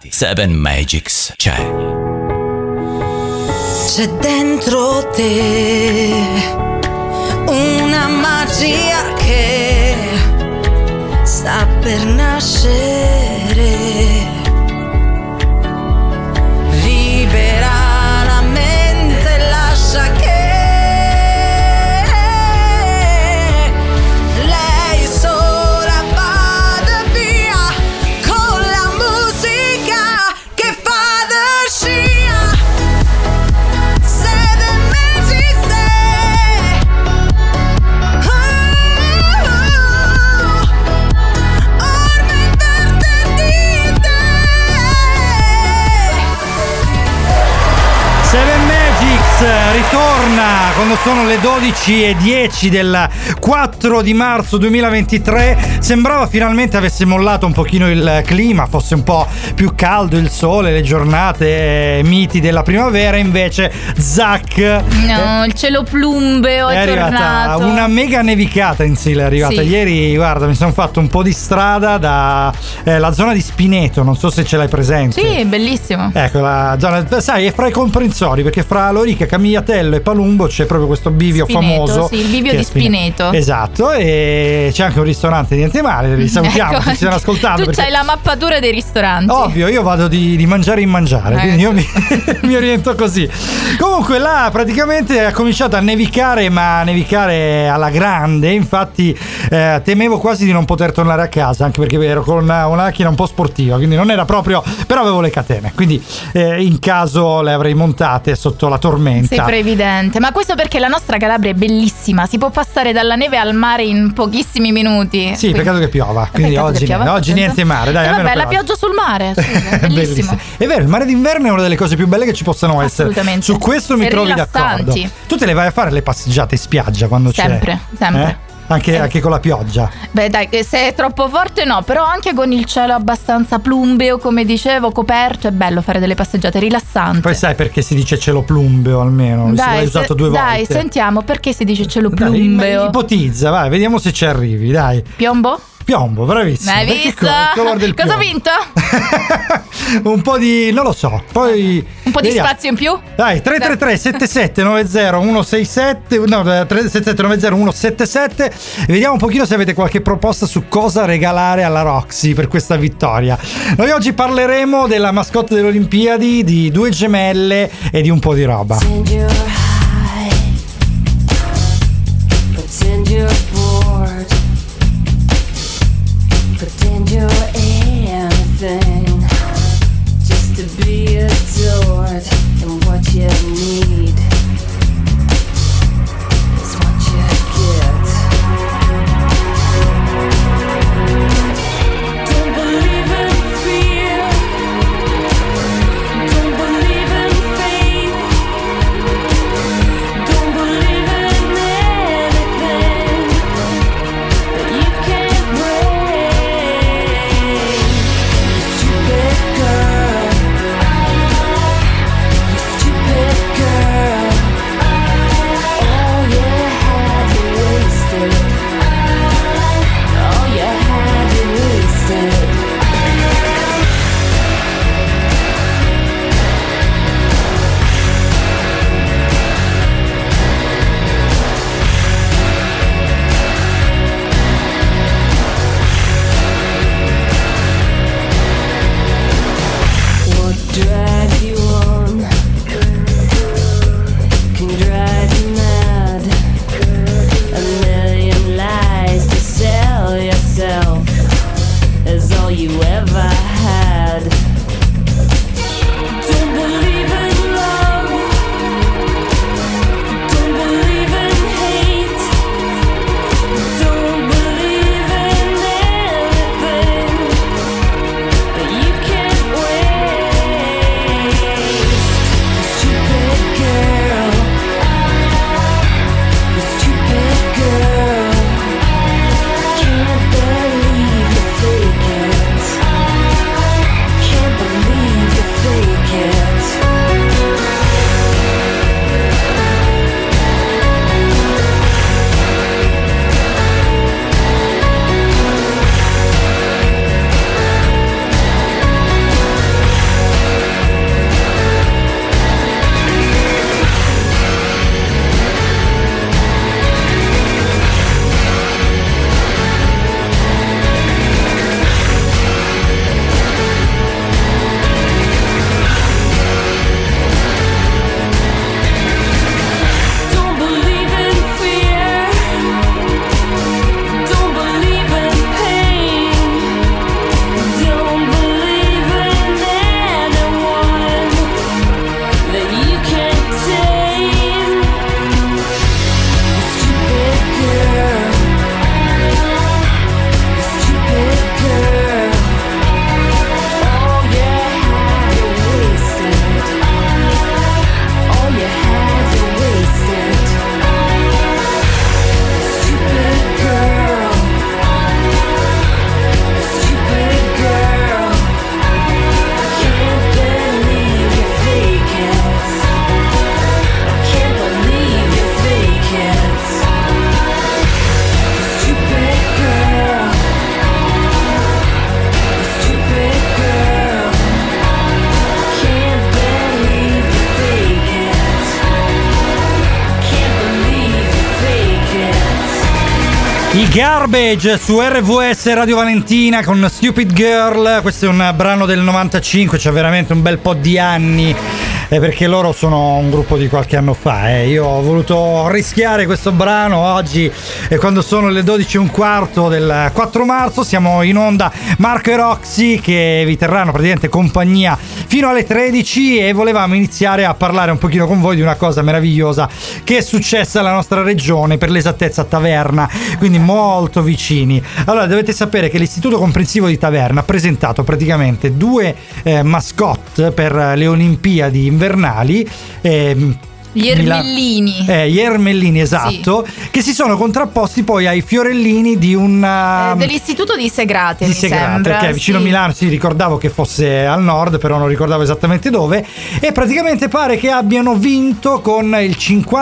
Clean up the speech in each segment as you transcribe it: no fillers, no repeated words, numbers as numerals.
Seven Magics c'è dentro te una magia che sta per nascere, libera la mente, lascia che lei sola vada via con la musica che fa da scia. Seven Magic say, orme verde di te. Seven Magics ritorna quando sono le 12:10 del 4 di marzo 2023. Sembrava finalmente avesse mollato un pochino il clima, fosse un po' più caldo il sole, le giornate miti della primavera. Invece Zac, no, il cielo plumbeo è arrivata tornato. una mega nevicata in Sile, è arrivata Sì. ieri. Guarda, mi sono fatto un po' di strada da la zona di Spineto, non so se ce l'hai presente. Sì, bellissimo. Ecco, la zona, sai, è fra i comprensori, perché fra Lorica, Camigliatello e Palumbo c'è proprio questo bivio Spineto, famoso. sì, il bivio che è di Spineto. Esatto, e c'è anche un ristorante, niente male, li salutiamo, Ecco, ci stiano ascoltando. tu perché- c'hai la mappatura dei ristoranti. Ovvio, io vado di mangiare in mangiare, quindi io mi oriento così. Comunque là praticamente ha cominciato a nevicare, ma a nevicare alla grande. Infatti temevo quasi di non poter tornare a casa, anche perché ero con una macchina un po' sportiva, quindi non era proprio, però avevo le catene, quindi in caso le avrei montate sotto la tormenta. Sei previdente, ma questo perché la nostra Calabria è bellissima, si può passare dalla neve al mare in pochissimi minuti. Sì, peccato che piova, quindi Peccato che oggi, piova. oggi niente mare, dai, almeno vabbè, per la oggi. pioggia sul mare, scusa, È bellissimo. È vero, il mare d'inverno è una delle cose più belle che ci possano essere. Assolutamente. Su questo mi E trovi rilassanti. d'accordo. Tu te le vai a fare le passeggiate in spiaggia quando Sempre, c'è? sempre. Anche con la pioggia. Beh dai, se è troppo forte no, però anche con il cielo abbastanza plumbeo, come dicevo, coperto, è bello fare delle passeggiate rilassanti. Poi sai perché si dice cielo plumbeo almeno? Dai, l'hai usato due dai, volte. sentiamo perché si dice cielo Dai, plumbeo. ipotizza, vai, vediamo se ci arrivi, dai. Piombo? Piombo, bravissimo. Hai Perché visto? il colore del Cosa ho piombo. vinto? Un po' di, non lo so, poi Un po' di vediamo. spazio in più? Dai, 333 7790 167, no, 7790 177. Vediamo un pochino se avete qualche proposta su cosa regalare alla Roxy per questa vittoria. Noi oggi parleremo della mascotte delle Olimpiadi, di due gemelle e di un po' di roba. Pretend you're high, pretend you're bored, pretend you're anything, just to be adored. And what you need is what you get. Don't believe in fear, don't believe in faith, don't believe in anything that you can't break. 'Cause you I Garbage su RVS Radio Valentina con Stupid Girl. Questo è un brano del 95, c'è veramente un bel po' di anni, perché loro sono un gruppo di qualche anno fa. Io ho voluto rischiare questo brano oggi, quando sono le 12:15 del 4 marzo. Siamo in onda Marco e Roxy, che vi terranno praticamente compagnia fino alle 13, e volevamo iniziare a parlare un pochino con voi di una cosa meravigliosa che è successa alla nostra regione, per l'esattezza a Taverna, quindi molto vicini. Allora, dovete sapere che l'Istituto Comprensivo di Taverna ha presentato praticamente due mascotte per le Olimpiadi invernali. Gli ermellini. Gli ermellini, esatto, sì, che si sono contrapposti poi ai fiorellini di un dell'istituto di Segrate, mi sembra, che è vicino a Milano. Sì, ricordavo che fosse al nord, però non ricordavo esattamente dove. E praticamente pare che abbiano vinto con il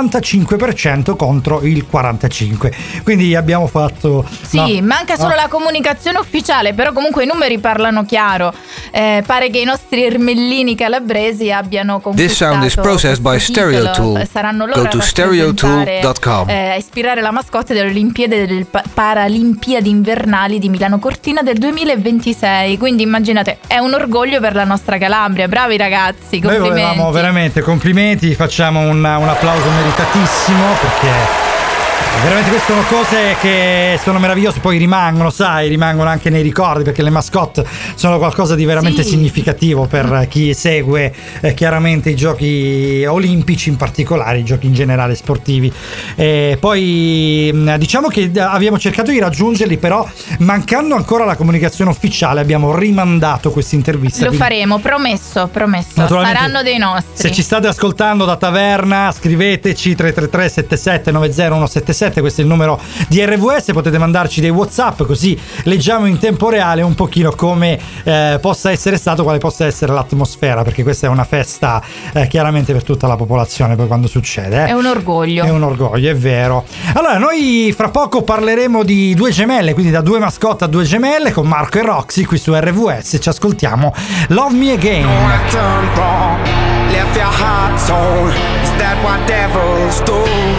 55% contro il 45%. Quindi abbiamo fatto... Sì, manca solo la comunicazione ufficiale, però comunque i numeri parlano chiaro. Pare che i nostri ermellini calabresi abbiano conquistato. This sound is processed by Stereotool. Saranno loro Go to stereotool.com. a ispirare la mascotte delle Olimpiadi e delle Paralimpiadi invernali di Milano Cortina del 2026. Quindi immaginate, è un orgoglio per la nostra Calabria. Bravi ragazzi, complimenti. Noi volevamo veramente complimenti, facciamo un applauso meritatissimo, perché veramente queste sono cose che sono meravigliose, poi rimangono anche nei ricordi, perché le mascotte sono qualcosa di veramente significativo per chi segue chiaramente i giochi olimpici, in particolare i giochi in generale sportivi. Poi diciamo che abbiamo cercato di raggiungerli, però mancando ancora la comunicazione ufficiale abbiamo rimandato questa intervista. Lo faremo, promesso, saranno dei nostri. Se ci state ascoltando da Taverna, scriveteci 333 77 90 177. Questo è il numero di RVS, potete mandarci dei WhatsApp, così leggiamo in tempo reale un pochino come possa essere stato, quale possa essere l'atmosfera, perché questa è una festa chiaramente per tutta la popolazione, poi quando succede. È un orgoglio. È un orgoglio, è vero. Allora, noi fra poco parleremo di due gemelle, quindi da due mascotte a due gemelle, con Marco e Roxy qui su RVS. Ci ascoltiamo Love Me Again. Left your heart torn. Is that what devils do?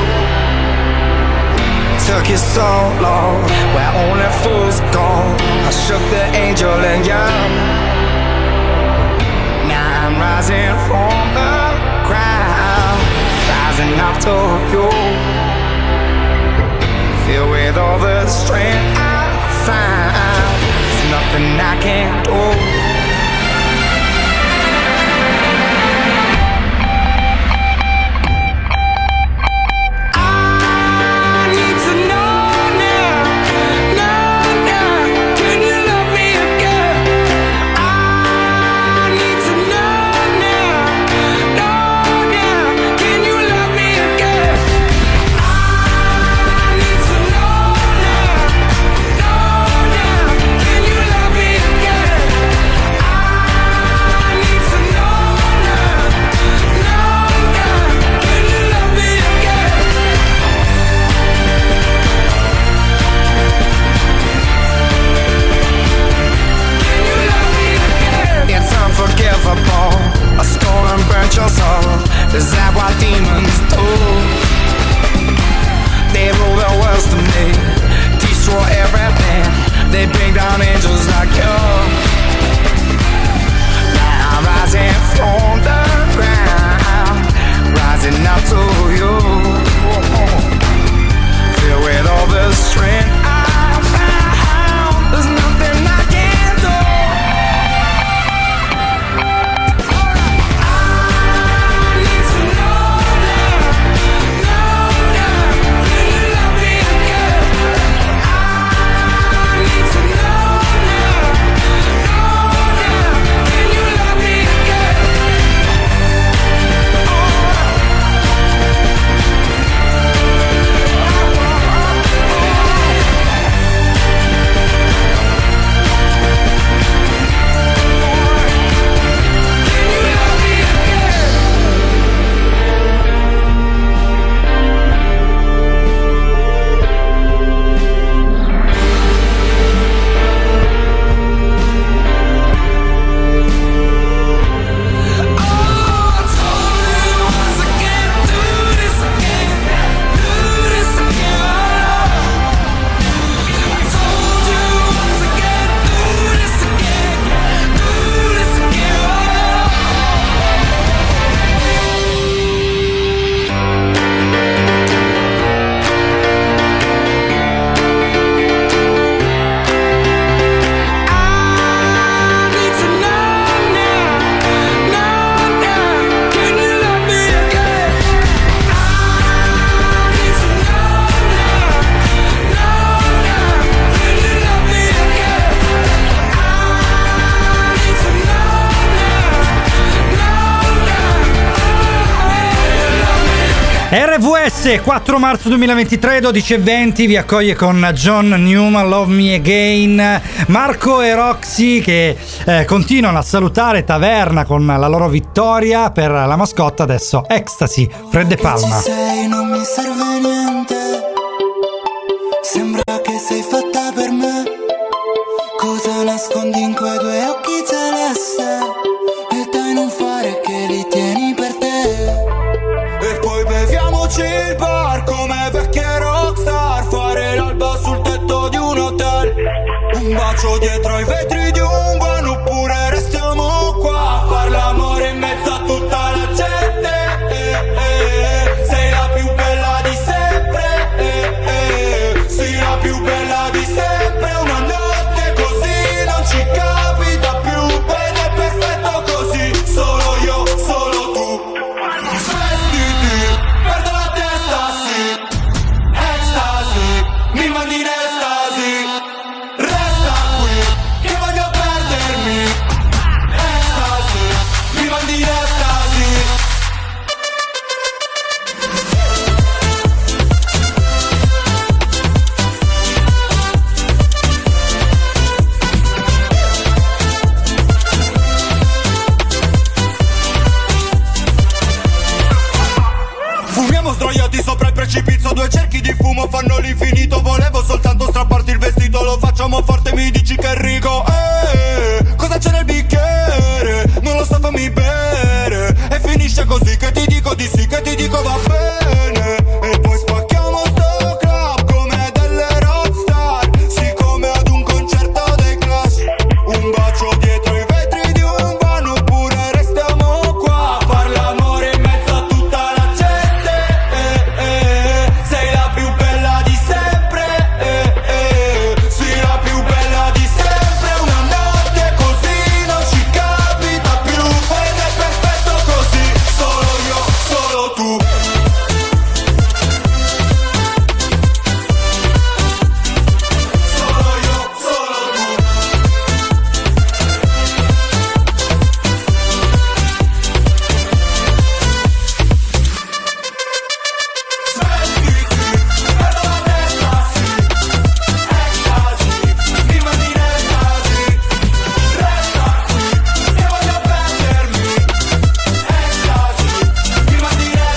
Took you so long, where only fools go. I shook the angel in you. Now I'm rising from the ground, rising up to you. Filled with all the strength I find, there's nothing I can't do. RVS 4 marzo 2023 12:20 vi accoglie con John Newman, Love Me Again. Marco e Roxy che continuano a salutare Taverna con la loro vittoria per la mascotta. Adesso Ecstasy, Fred De Palma. Ci sei, non mi serve niente. Sembra che sei fatta per me. Cosa nascondi in quei due occhi celeste? E dai non fare che li tieni per te. E poi beviamoci il bar come vecchie rockstar. Fare l'alba sul tetto di un hotel. Un bacio dietro ai vetri di un van. Oppure restiamo qua a far l'amore in mezzo a tutta la gente. Sei la più bella di sempre. Sei la più bella di sempre. Una notte così non ci capita più. Ed è perfetto così. Solo io, solo tu. Svestiti, perdo la testa, sì. Ecstasy, mi mandi in estasi. Resta qui, che voglio perdermi. Ecstasy, mi mandi in estasi. Fumiamo sdraiati sopra il precipizio. Due cerchi di fumo fanno l'infinito. Volevo soltanto strapparti il vestito. Lo facciamo forte, mi dici che è Enrico. Cosa c'è nel bicchiere? Non lo so, fammi bere. E finisce così, che ti dico di sì, che ti dico va bene. E poi spacchiamo sto club come delle rockstar. Sì, come ad un concerto dei Clash. Un bacio dietro i vetri di un van. Oppure restiamo qua a far l'amore in mezzo a tutta la gente. Sei la più bella di sempre. Sei la più bella di sempre. Una notte così non ci capita più. Ed è perfetto così. Solo io, solo tu. Solo io, solo tu. Svestiti, perdo la testa, sì. Ecstasy, mi mandi in estasi. Resta qui, che voglio perdermi. Ecstasy, mi mandi in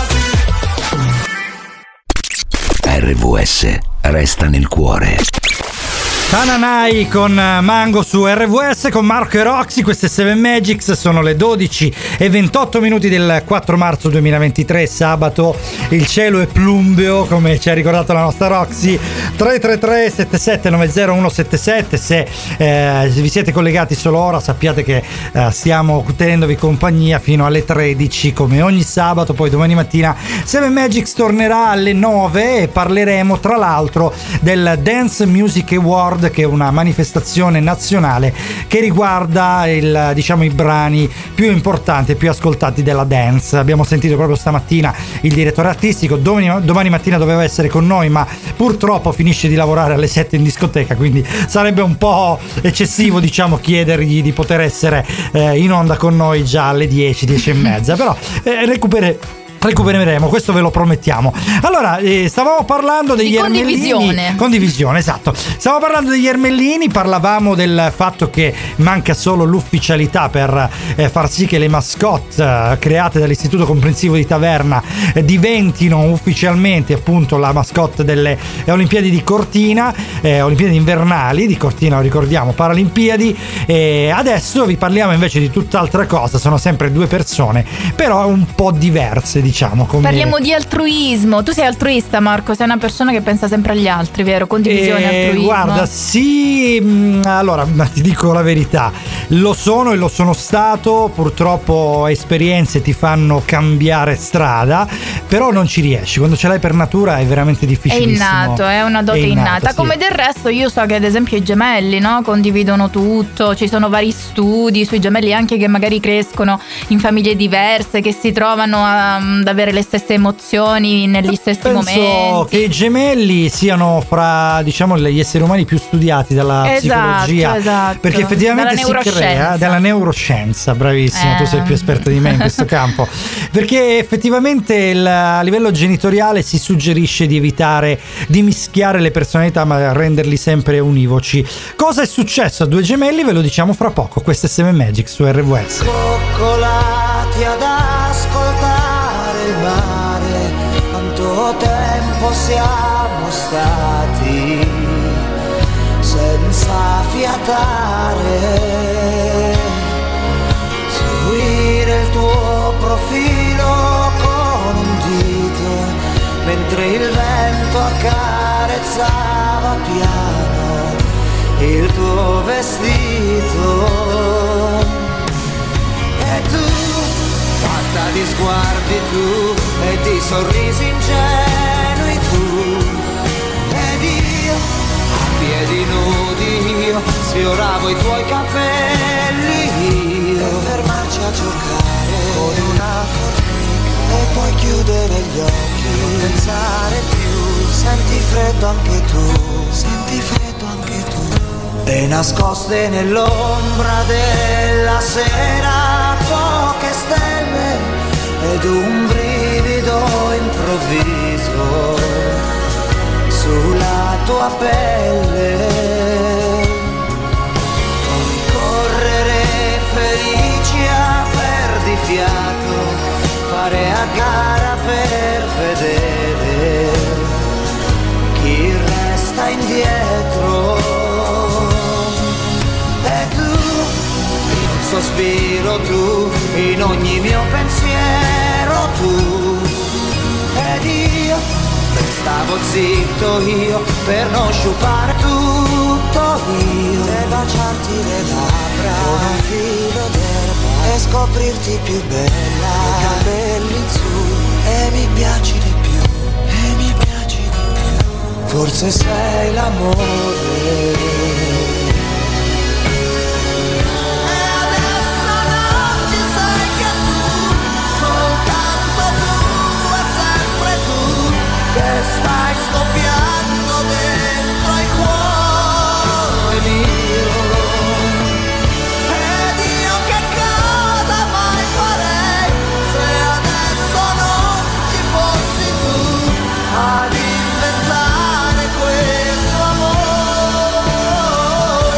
estasi. RVS resta nel cuore. Tananai con Mango su RVS con Marco e Roxy. Queste 7 Magics, sono le 12:28 del 4 marzo 2023, sabato. Il cielo è plumbeo, come ci ha ricordato la nostra Roxy. 333 7790 177. Se vi siete collegati solo ora, sappiate che stiamo tenendovi compagnia fino alle 13 come ogni sabato. Poi domani mattina 7 Magics tornerà alle 9 e parleremo tra l'altro del Dance Music Award, che è una manifestazione nazionale che riguarda i brani più importanti e più ascoltati della dance. Abbiamo sentito proprio stamattina il direttore artistico. Domani mattina doveva essere con noi, ma purtroppo finisce di lavorare alle 7 in discoteca, quindi sarebbe un po' eccessivo chiedergli di poter essere in onda con noi già alle 10 e mezza, però recupereremo, questo ve lo promettiamo. Allora, stavamo parlando degli ermellini. Condivisione, esatto. Stavamo parlando degli ermellini, parlavamo del fatto che manca solo l'ufficialità per far sì che le mascotte create dall'Istituto Comprensivo di Taverna diventino ufficialmente appunto la mascotte delle Olimpiadi di Cortina, Olimpiadi invernali di Cortina, lo ricordiamo, Paralimpiadi. E adesso vi parliamo invece di tutt'altra cosa. Sono sempre due persone, però un po' diverse, come... Parliamo di altruismo. Tu sei altruista, Marco? Sei una persona che pensa sempre agli altri, vero? Condivisione, altruismo. Guarda, sì. Allora, ti dico la verità, lo sono e lo sono stato. Purtroppo esperienze ti fanno cambiare strada, però non ci riesci. Quando ce l'hai per natura è veramente difficilissimo. È innato, è una dote innata. Sì. Come del resto io so che ad esempio i gemelli, no? Condividono tutto. Ci sono vari studi sui gemelli anche che magari crescono in famiglie diverse, che si trovano a ad avere le stesse emozioni negli stessi Penso momenti. che i gemelli siano fra, diciamo, gli esseri umani più studiati dalla psicologia, esatto. perché effettivamente Dalla si crea neuroscienza. dalla neuroscienza, bravissima, tu sei più esperta di me in questo campo, perché effettivamente a livello genitoriale si suggerisce di evitare di mischiare le personalità, ma renderli sempre univoci. Cosa è successo a due gemelli? Ve lo diciamo fra poco. Questo è Seven Magic su RWS. Coccolati ad ascoltare il mare, quanto tempo siamo stati senza fiatare, seguire il tuo profilo con un dito, mentre il vento accarezzava piano il tuo vestito. E tu, fatta di sguardi tu e di sorrisi ingenui tu, ed io, a piedi nudi io, sfioravo i tuoi capelli io, per fermarci a giocare con una formica e poi chiudere gli occhi, non pensare più, senti freddo anche tu, senti freddo anche tu. E nascoste nell'ombra della sera poche stelle ed un brivido improvviso sulla tua pelle. Poi correre felici a perdifiato, fare a gara per vedere chi resta indietro. Sospiro tu, in ogni mio pensiero tu, ed io restavo zitto io per non sciupare tutto io, e baciarti le labbra con un filo d'erba e scoprirti più bella, capelli su, e mi piaci di più, e mi piaci di più, forse sei l'amore. Stai scoppiando dentro il cuore mio, ed io che cosa mai farei se adesso non ci fossi tu ad inventare questo amore.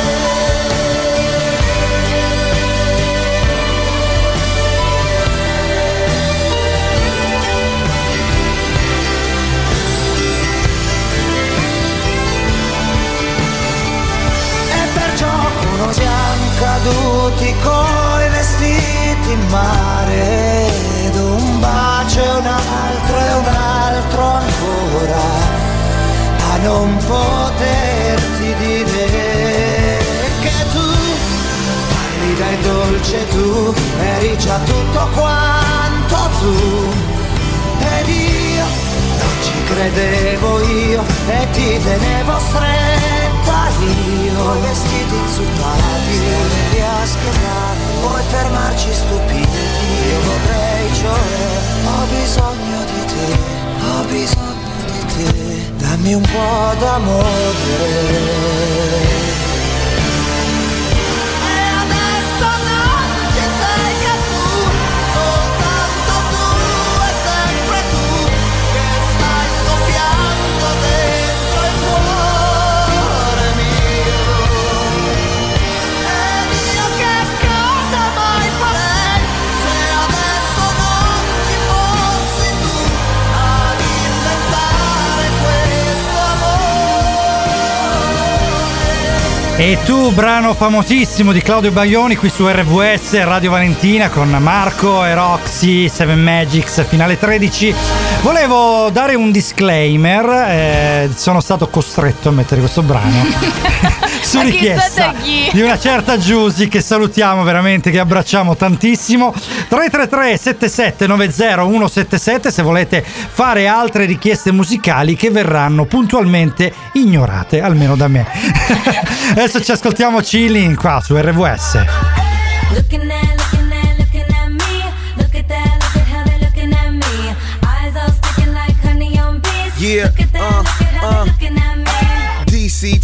Siamo caduti coi vestiti in mare, ed un bacio e un altro ancora, a non poterti dire che tu, pallida e dolce tu, eri già tutto quanto tu, ed io non ci credevo io e ti tenevo stretta io, vestiti insultati, stelle a schierare, puoi fermarci stupiti, io vorrei, cioè, ho bisogno di te, ho bisogno di te, dammi un po' d'amore. E tu, brano famosissimo di Claudio Baglioni qui su RWS Radio Valentina con Marco e Roxy, Seven Magics, finale 13. Volevo dare un disclaimer, sono stato costretto a mettere questo brano su richiesta di una certa Giusy, che salutiamo veramente, che abbracciamo tantissimo. 333 7790 177 se volete fare altre richieste musicali che verranno puntualmente ignorate, almeno da me. Adesso ci ascoltiamo Chilling qua su RWS. Looking at me, look at that, look at how they're looking at me.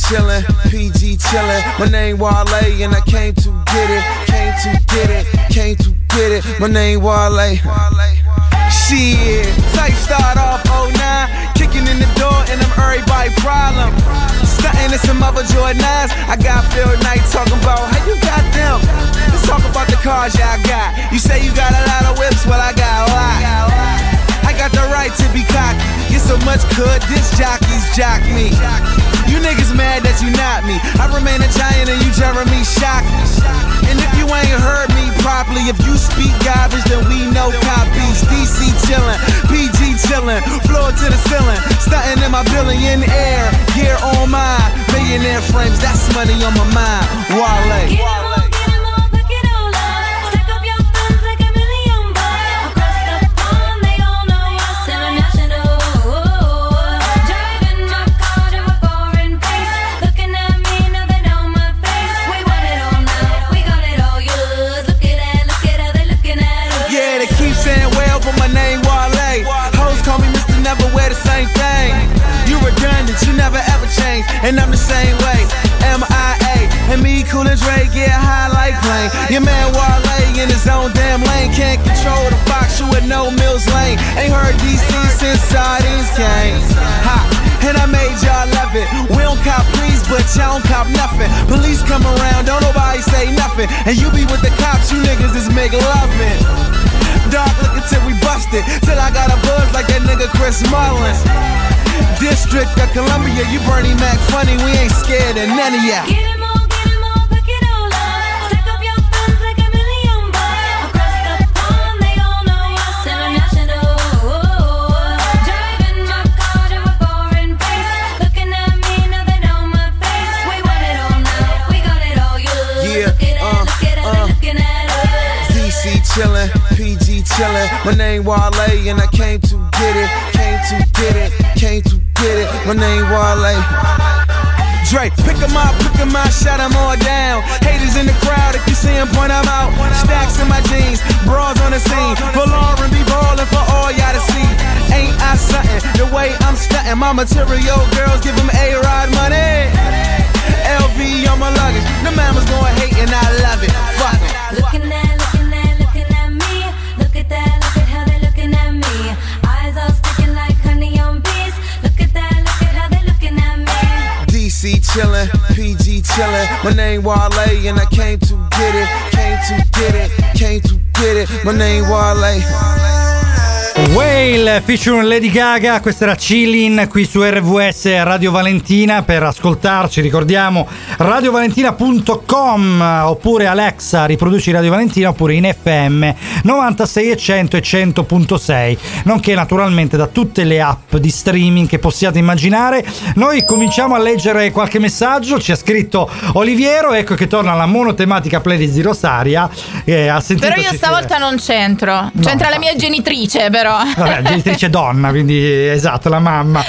chillin', PG chillin'. My name Wale and I came to get it, came to get it, came to get it. My name Wale. Shit, type start off 09, kicking in the door and I'm everybody problem. Stuntin' in some other Jordans, I got Phil Knight talking about how you got them. Let's talk about the cars y'all got. You say you got a lot of whips, well I got a lot. I got the right to be cocky. Get so much good, disc jockeys jock me. You niggas mad that you not me. I remain a giant and you Jeremy shock me. And if you ain't heard me properly, if you speak garbage, then we know copies. DC chillin', PG chillin', floor to the ceiling, stuntin' in my billionaire gear on mine. Millionaire frames, that's money on my mind. Wale. Never wear the same thing. You redundant, you never ever change. And I'm the same way. MIA. And me, Cool and Dre, get high like plane. Your man Wale in his own damn lane. Can't control the box, you with no Mills Lane. Ain't heard DC since sardines came. Ha. And I made y'all love it. We don't cop please, but y'all don't cop nothing. Police come around, don't nobody say nothing. And you be with the cops, you niggas is make loving. Dark looking till we busted, till I got a buzz like that nigga Chris Mullin. District of Columbia, you Bernie Mac funny, we ain't scared of none of ya. Get 'em all, pick it all up. Stack up your funds like $1 million. Across the pond, they all know us. International. Driving my car to a foreign place. Looking at me, now they know my face. We want it all now, we got it all. You look at it, they're looking at us. DC chillin', PG chillin'. My name Wale and I came to get it, came to get it, came to get it. My name Wale. Drake, pick 'em up, shut 'em all down. Haters in the crowd, if you see 'em, point 'em out. Stacks in my jeans, bras on the scene. For Lauren, be ballin' for all y'all to see. Ain't I something, the way I'm stuntin'. My material girls give 'em A-Rod money. LV on my luggage, the mama's gon' hate and I love it. Fuck it. Looking at me. Look at that, look at how they're looking at me. Eyes all sticking like honey on bees. Look at that, look at how they're looking at me. DC chillin', PG chillin'. My name Wale and I came to get it, came to get it, came to get it. My name Wale. Whale featuring Lady Gaga, questa era Chillin' qui su RVS Radio Valentina. Per ascoltarci ricordiamo radiovalentina.com oppure Alexa riproduci Radio Valentina, oppure in FM 96 e 100 e 100.6, nonché naturalmente da tutte le app di streaming che possiate immaginare. Noi cominciamo a leggere qualche messaggio. Ci ha scritto Oliviero, ecco che torna la monotematica playlist di Rosaria. Ha sentito, però io stavolta non c'entro, c'entra la mia genitrice però. Vabbè, genitrice donna, quindi esatto, la mamma.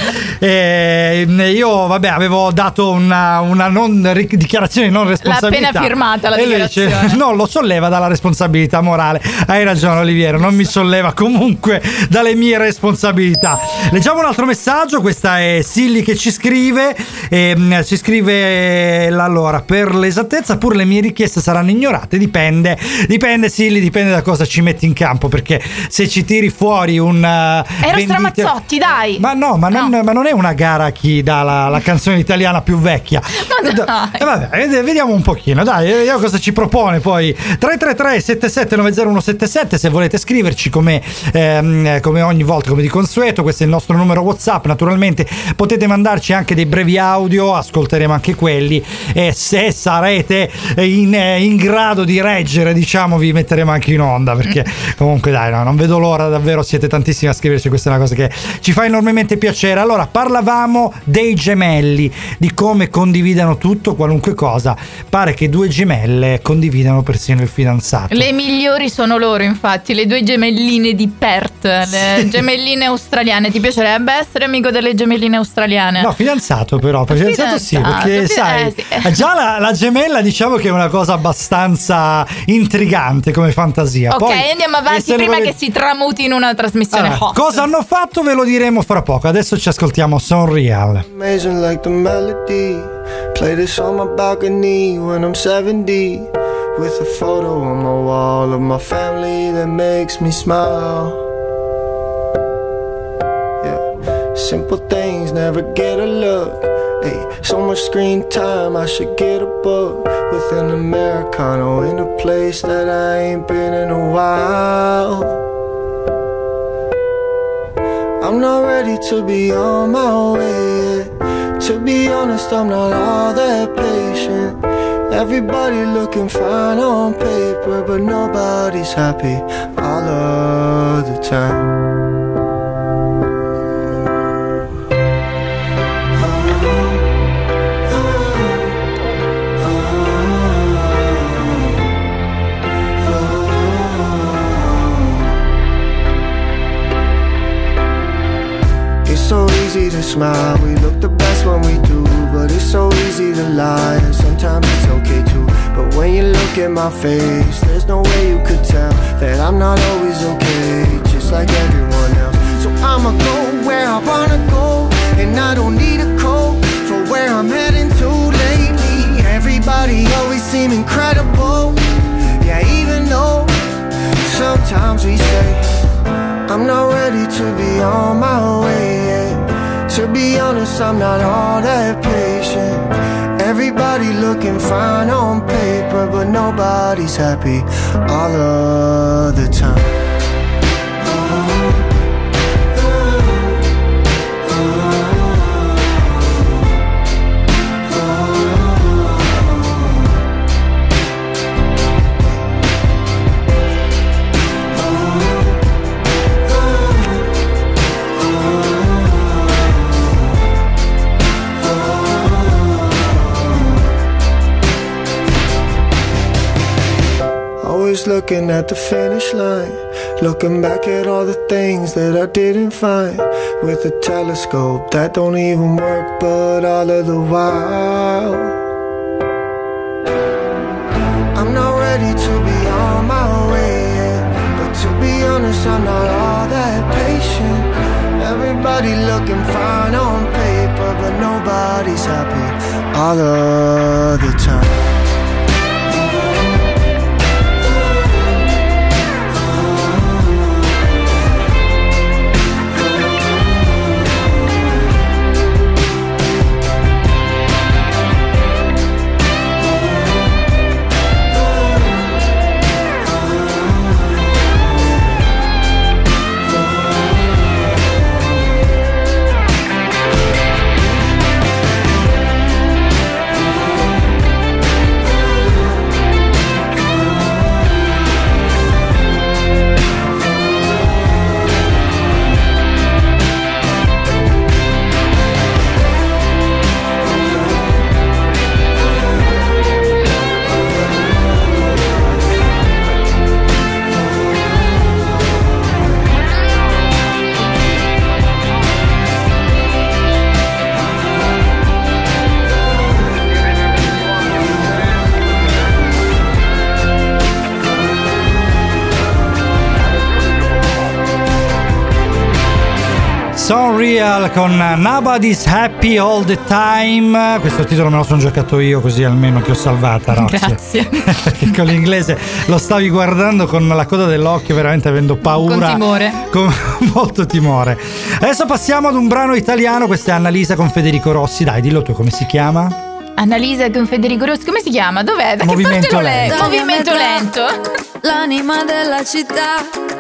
Io vabbè avevo dato una dichiarazione di non responsabilità. L'ha appena firmata la dichiarazione. E lui dice, non lo solleva dalla responsabilità morale. Hai ragione Oliviero, non mi solleva comunque dalle mie responsabilità. Leggiamo un altro messaggio. Questa è Silly che ci scrive. Ci scrive allora: per l'esattezza pure le mie richieste saranno ignorate. Dipende Silly, dipende da cosa ci metti in campo, perché se ci tiri fuori un Stramazzotti, dai. ma non è una gara a chi dà la canzone italiana più vecchia. Vabbè, vediamo un pochino, dai, vediamo cosa ci propone poi. 333 7790177 se volete scriverci come ogni volta, come di consueto. Questo è il nostro numero WhatsApp. Naturalmente potete mandarci anche dei brevi audio, ascolteremo anche quelli, e se sarete in grado di reggere, diciamo, vi metteremo anche in onda, perché comunque dai, no, non vedo l'ora, davvero siete tantissimi a scriverci. Questa è una cosa che ci fa enormemente piacere. Allora, parlavamo dei gemelli, di come condividano tutto, qualunque cosa. Pare che due gemelle condividano persino il fidanzato. Le migliori sono loro, infatti, le due gemelline di Perth, le gemelline australiane. Ti piacerebbe essere amico delle gemelline australiane? No, fidanzato però, fidanzato sì, perché sai, sì. già la gemella diciamo che è una cosa abbastanza intrigante come fantasia. Ok, poi, andiamo avanti prima che si tramuti in una trasmissione hot. Cosa hanno fatto ve lo diremo fra poco. Adesso ci ascoltiamo Son Real. Amazing like the melody. Play this on my balcony when I'm 70, with a photo on my wall of my family that makes me smile. Yeah, simple things never get a look. Hey, so much screen time, I should get a book with an Americano in a place that I ain't been in a while. I'm not ready to be on my way yet. To be honest, I'm not all that patient. Everybody looking fine on paper, but nobody's happy all of the time. So easy to smile, we look the best when we do, but it's so easy to lie, and sometimes it's okay too. But when you look at my face, there's no way you could tell that I'm not always okay, just like everyone else. So I'ma go where I wanna go, and I don't need a code for where I'm heading to lately. Everybody always seem incredible, yeah, even though sometimes we say I'm not ready to be on my way yet. To be honest, I'm not all that patient. Everybody looking fine on paper, but nobody's happy all of the time. Always looking at the finish line, looking back at all the things that I didn't find, with a telescope that don't even work, but all of the while I'm not ready to be on my way yet. But to be honest, I'm not all that patient. Everybody looking fine on paper, but nobody's happy all of the time. So Real con Nobody's Happy All the Time. Questo titolo me lo sono giocato io, così almeno ti ho salvata, Roxy. Grazie. Perché con l'inglese lo stavi guardando con la coda dell'occhio, veramente avendo paura. Con timore. Con molto timore. Adesso passiamo ad un brano italiano. Questa è Annalisa con Federico Rossi. Dai, dillo tu, come si chiama? Annalisa con Federico Rossi, come si chiama? Dov'è? Da Movimento lento. Movimento lento. L'anima della città,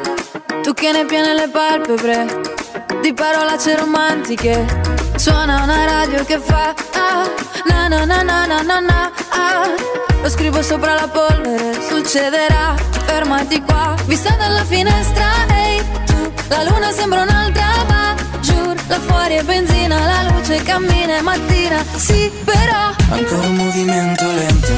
tu che ne piene le palpebre di parolacce romantiche. Suona una radio che fa na na na na na na na Lo scrivo sopra la polvere, succederà, fermati qua. Vista dalla finestra, ehi tu, la luna sembra un'altra, ma giuro, là fuori è benzina, la luce cammina, è mattina, sì però. Ancora un movimento lento,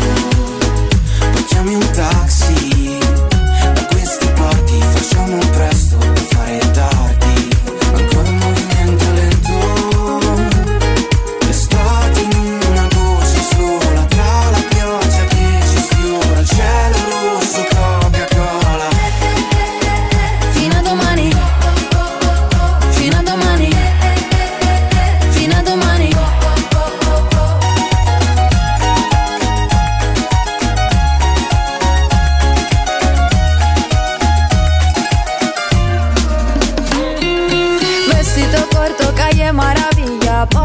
poi chiami un taxi, da queste parti facciamo presto per fare tardi. Ancora un movimento lento, l'estate in una goccia sola, tra la pioggia che ci sfiora, il cielo rosso, Coca-Cola. Fino a domani, fino a domani, fino a domani,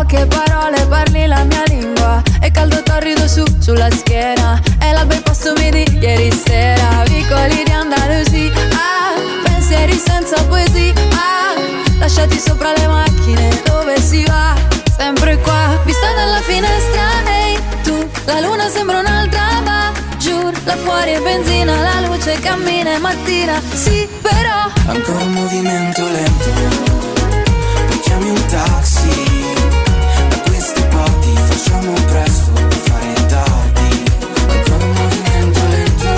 poche parole parli la mia lingua. E caldo torrido sulla schiena. E l'alba il posto mi di ieri sera. Vicoli di Andalusia, pensieri senza poesia, lasciati sopra le macchine, dove si va? Sempre qua, vista dalla finestra, ehi, tu, la luna sembra un'altra, va giù, là fuori è benzina, la luce cammina e mattina, sì, però ancora un movimento lento, poi chiami un taxi, da queste parti facciamo presto per fare tardi, ancora un movimento lento,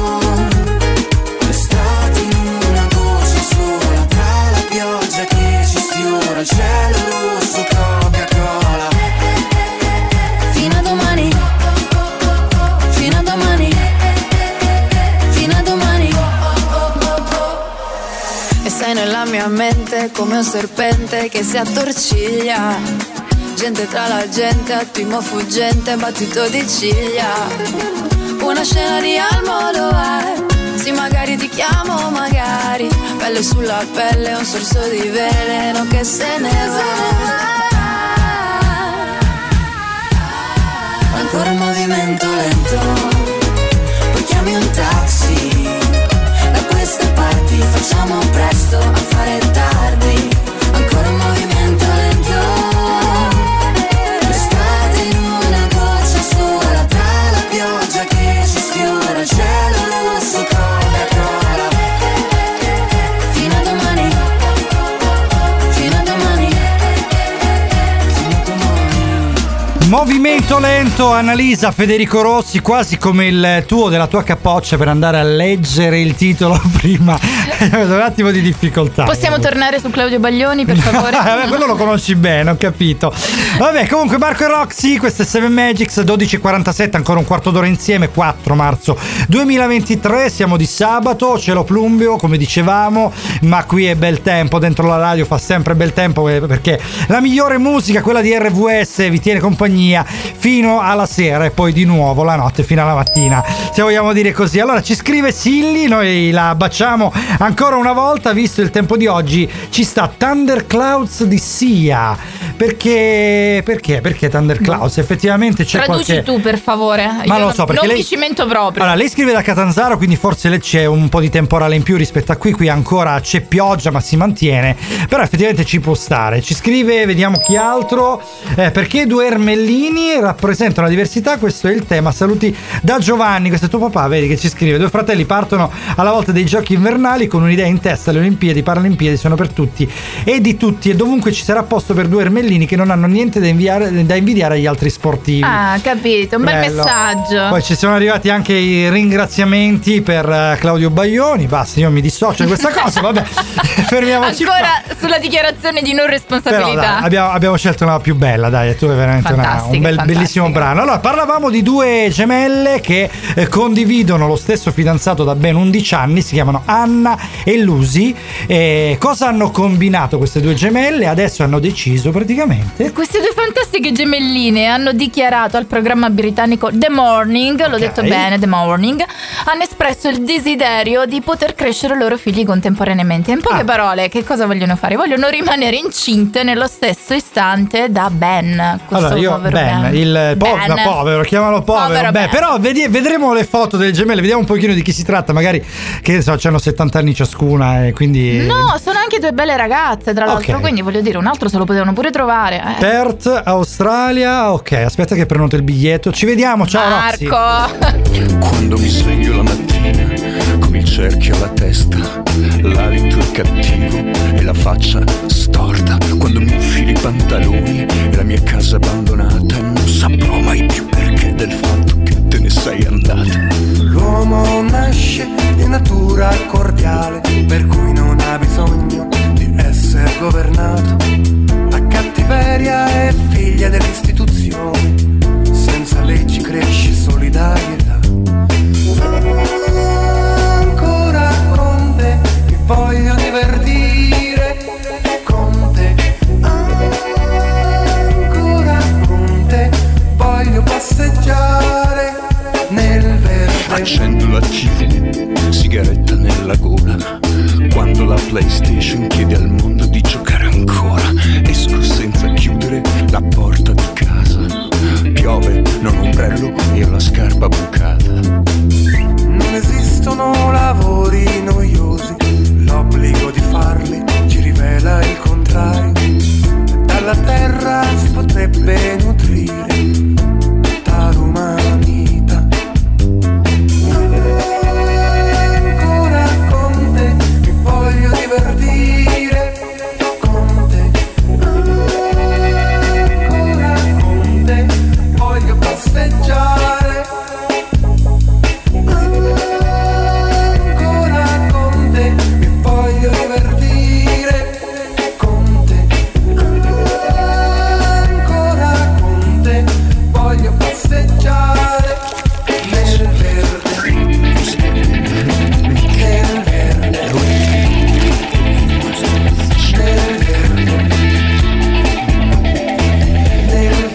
l'estate in una goccia sola, tra la pioggia che ci sfiora, il cielo rosso, Coca-Cola, fino a domani, fino a domani, fino a domani. E sei nella mia mente come un serpente che si attorciglia, gente tra la gente, attimo fuggente, battito di ciglia, una scena di Almodovar. Sì, magari ti chiamo, magari pelle sulla pelle, un sorso di veleno che se ne va. Ancora un movimento lento, poi chiami un taxi, da queste parti facciamo presto a fare tardi, ancora un movimento lento, l'estate in una goccia sola, tra la pioggia che ci sfiora, il cielo rosso, Coca-Cola, fino a domani, fino a domani, fino a domani. Movimento lento, Annalisa, Federico Rossi, quasi come il tuo della tua capoccia per andare a leggere il titolo prima. Un attimo di difficoltà. Possiamo tornare su Claudio Baglioni, per favore? Quello lo conosci bene, ho capito. Vabbè, comunque Marco e Roxy, questo è 7 Magics, 12:47, ancora un quarto d'ora insieme, 4 marzo 2023, siamo di sabato, cielo plumbeo, come dicevamo, ma qui è bel tempo, dentro la radio fa sempre bel tempo, perché la migliore musica, quella di RVS, vi tiene compagnia fino alla sera e poi di nuovo la notte fino alla mattina, se vogliamo dire così. Allora ci scrive Silly, noi la baciamo ancora una volta, visto il tempo di oggi ci sta Thunderclouds di Sia. Perché Thunderclouds? Effettivamente c'è traduci qualche... tu, per favore. Ma io lo so, perché non lei... mi cimento proprio. Allora, lei scrive da Catanzaro, quindi forse lei c'è un po' di temporale in più rispetto a qui ancora c'è pioggia ma si mantiene, però effettivamente ci può stare. Ci scrive, vediamo chi altro, perché due ermellini rappresentano la diversità, questo è il tema. Saluti da Giovanni, questo è tuo papà, vedi che ci scrive. Due fratelli partono alla volta dei giochi invernali con un'idea in testa: le Olimpiadi, Paralimpiadi sono per tutti e di tutti, e dovunque ci sarà posto per due ermellini che non hanno niente da invidiare agli altri sportivi. Ah, capito, un bel Bello. messaggio. Poi ci sono arrivati anche i ringraziamenti per Claudio Baglioni. Basta, io mi dissocio da questa cosa, vabbè. Fermiamoci ancora qua. sulla dichiarazione di non Però responsabilità. dai, abbiamo scelto una più bella, dai, tu è veramente un bellissimo brano. Allora, parlavamo di due gemelle che condividono lo stesso fidanzato da ben 11 anni, si chiamano Anna e Lucy. Cosa hanno combinato queste due gemelle? Adesso hanno deciso praticamente. Queste due fantastiche gemelline hanno dichiarato al programma britannico The Morning, l'ho detto bene, The Morning, hanno espresso il desiderio di poter crescere i loro figli contemporaneamente. In poche parole, che cosa vogliono fare? Vogliono rimanere incinte nello stesso istante da Ben. Allora, io Ben, il povero, chiamalo povero. Beh, però vedremo le foto delle gemelle, vediamo un pochino di chi si tratta, magari che so, hanno 70 anni ciascuna e quindi... No, sono anche due belle ragazze, tra l'altro, quindi voglio dire, un altro se lo potevano pure trovare. Perth, Australia, ok, aspetta che prenoto il biglietto, ci vediamo, ciao Roxy. Quando mi sveglio la mattina con il cerchio alla testa, l'alito è cattivo e la faccia storta, quando mi infili i pantaloni e la mia casa abbandonata, non saprò mai più perché del fatto che te ne sei andata. L'uomo nasce di natura cordiale, per cui non ha bisogno di essere governato. La cattiveria è figlia delle istituzioni, senza leggi cresce solidarietà. Ancora con te mi voglio divertire, con te. Ancora con te voglio passeggiare nel verde. Accendo la TV, sigaretta nella gola, quando la PlayStation chiede al mondo di giocare ancora. Esco senza chiudere la porta io la scarpa bucata. Non esistono lavori noiosi, l'obbligo di farli ci rivela il contrario. Dalla terra si potrebbe nutrire tutta l'umanità. Ancora con te mi voglio divertire, con te. Ancora con te voglio passeggiare. Ancora con te mi voglio divertire, con te. Ancora con te voglio passeggiare nel verde, nel verde, nel verde, nel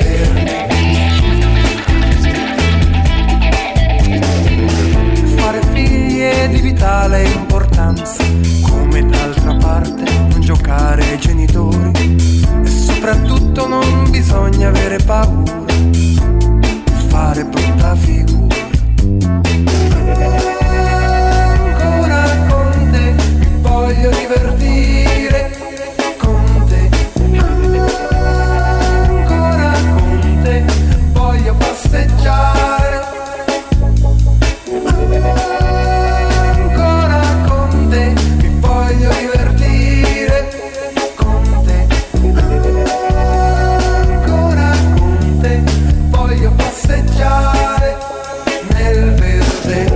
verde. Fare figli è di vitale importanza, come d'altra parte non giocare ai genitori. E soprattutto non bisogna avere paura di fare brutta figura. Ancora con te mi voglio divertire, con te. Ancora con te voglio passeggiare. Ancora con te mi voglio divertire, con te. Ancora con te voglio passeggiare nel verde,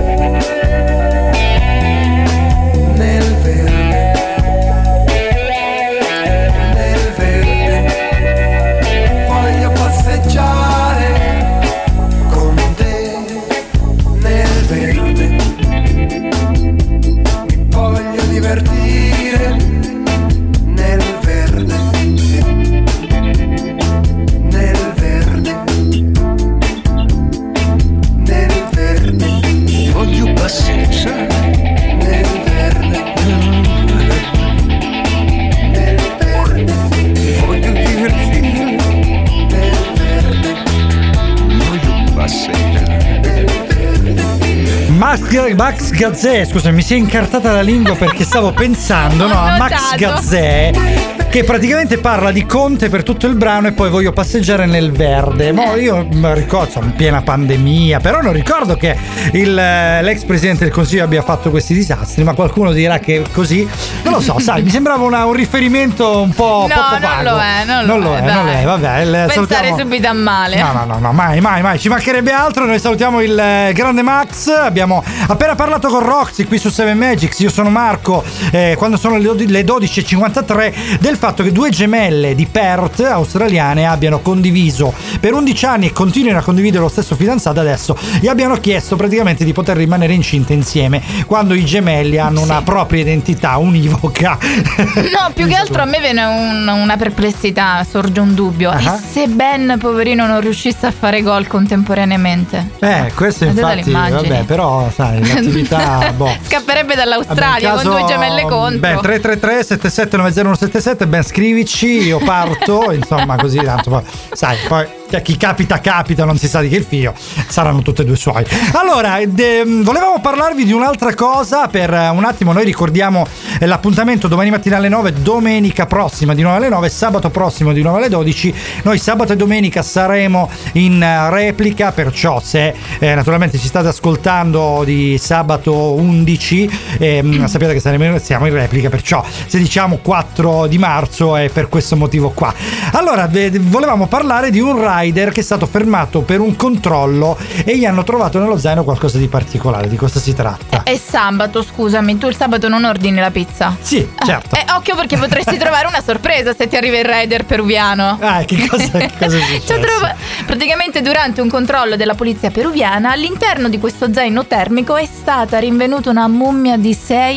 nel verde, nel verde. Voglio passeggiare con te nel verde. Mi voglio divertire nel verde, nel verde, nel verde. Voglio passeggiare Nel verde, nel verde, voglio divertirmi, nel verde, voglio passeggiare. nel verde. Max Gazzè, scusa, mi si è incartata la lingua perché stavo pensando Ho a Max notato. Gazzè, che praticamente parla di Conte per tutto il brano e poi voglio passeggiare nel verde. Io ricordo, insomma, in piena pandemia, però non ricordo che l'ex presidente del Consiglio abbia fatto questi disastri, ma qualcuno dirà che così, non lo so, sai, mi sembrava un riferimento un po' No, poco non vago. lo è, non lo è, non lo dai. è, vabbè. Pensare salutiamo- subito a male. No, mai, ci mancherebbe altro. Noi salutiamo il grande Max. Abbiamo appena parlato con Roxy qui su 7 Magics. Io sono Marco, quando sono le 12:53, del fatto che due gemelle di Perth australiane abbiano condiviso per 11 anni e continuino a condividere lo stesso fidanzato. Adesso gli abbiano chiesto praticamente di poter rimanere incinte insieme, quando i gemelli hanno una propria identità univoca. No, più che altro a me viene una perplessità, sorge un dubbio. E se Ben, poverino, non riuscisse a fare gol contemporaneamente? Questo Vedete le infatti, immagini? vabbè, però sai, l'attività Scapperebbe dall'Australia Vabbè, in con due gemelle contro. Beh, 333 7790177, ben scrivici, io parto, insomma, così tanto poi, sai, poi chi capita, non si sa di che il figlio, saranno tutti e due suoi. Allora, volevamo parlarvi di un'altra cosa per un attimo. Noi ricordiamo l'appuntamento domani mattina alle 9, domenica prossima di 9 alle 9, sabato prossimo di 9 alle 12. Noi sabato e domenica saremo in replica, perciò se naturalmente ci state ascoltando di sabato 11, sappiate che siamo in replica, perciò se diciamo 4 di marzo è per questo motivo qua. Allora, volevamo parlare di un rider che è stato fermato per un controllo e gli hanno trovato nello zaino qualcosa di particolare. Di cosa si tratta? È sabato, scusami, tu il sabato non ordini la pizza? Sì, certo. Occhio, perché potresti trovare una sorpresa se ti arriva il rider peruviano. Che cosa è successo? Praticamente durante un controllo della polizia peruviana, all'interno di questo zaino termico è stata rinvenuta una mummia di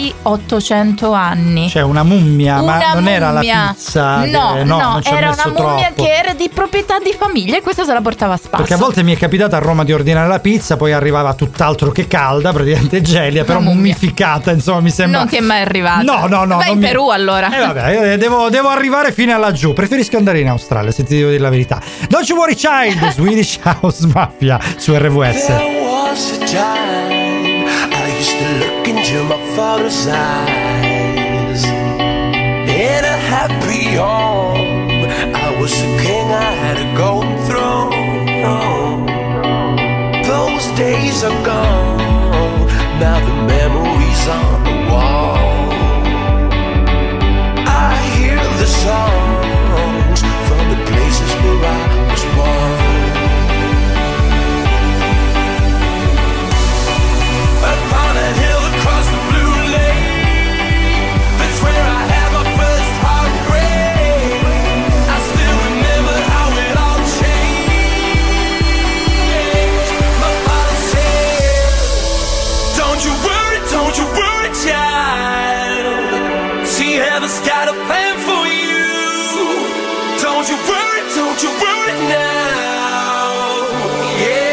600-800 anni. Cioè una mummia, ma non era la mummia. pizza? No, non ci ho era messo una mummia troppo. che era di proprietà di famiglia. e questa se la portava a spasso. Perché a volte mi è capitato a Roma di ordinare la pizza, poi arrivava tutt'altro che calda, praticamente gelida, però mummificata, insomma, mi sembra. Non ti è mai arrivata? No. Vai in Perù allora. Vabbè, devo arrivare fino a laggiù. Preferisco andare in Australia, se ti devo dire la verità. Don't You Worry Child, Swedish House Mafia su RWS. There was a time I used to look into my father's eyes. In a happy home, I was a king, I had a golden throne. Those days are gone, now the memories on the wall. I hear the songs from the places where I was born. Upon a hill across the blue lake, that's where I had my first heartbreak. I still remember how it all changed. My father said, don't you worry, child. See, heaven's got a plan for you. Don't you worry now. Yeah.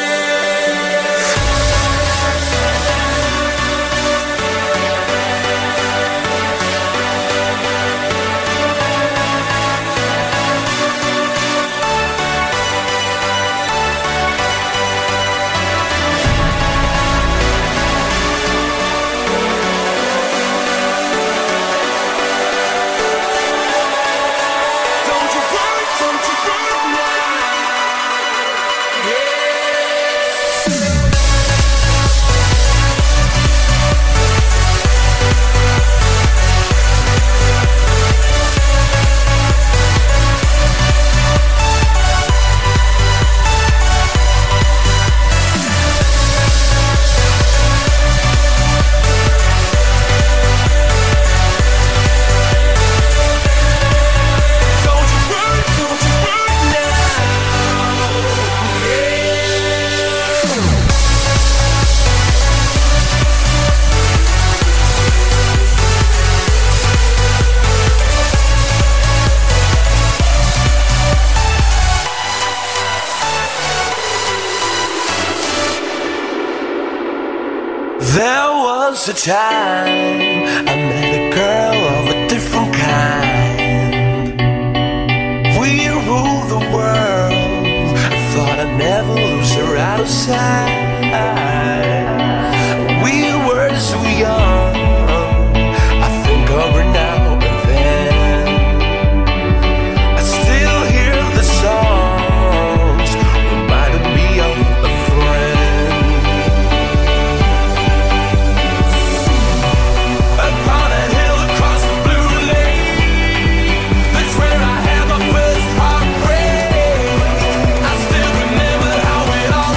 There was a time I met a girl of a different kind. We ruled the world. I thought I'd never lose her out of sight. We were so young. I think of her now and then. I still hear the songs reminding me of a friend. Upon a hill across the blue lake, that's where I had my first heartbreak. I still remember how it all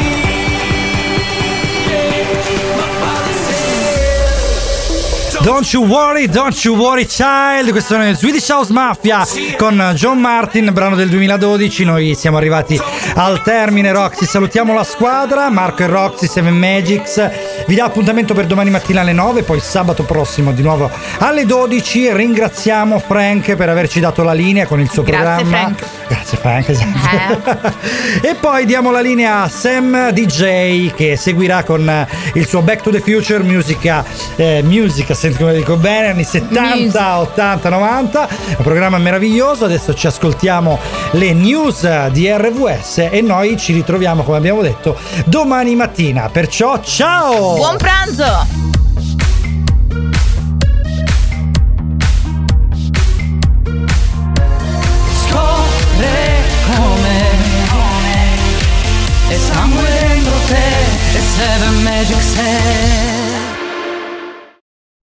changed. My father said, Don't you worry child. Questo è Swedish House Mafia con John Martin, brano del 2012. Noi siamo arrivati al termine, Roxy. Salutiamo la squadra, Marco e Roxy, Seven Magics. Vi dà appuntamento per domani mattina alle 9, poi sabato prossimo di nuovo alle 12. Ringraziamo Frank per averci dato la linea con il suo programma. Grazie Frank, esatto. E poi diamo la linea a Sam DJ, che seguirà con il suo Back to the Future, musica, senti come dico bene, anni 70, 80, 90, un programma meraviglioso. Adesso ci ascoltiamo le news di RWS e noi ci ritroviamo, come abbiamo detto, domani mattina. Perciò ciao! Buon pranzo! scopre come è sangue dentro te e Seven Magic sei.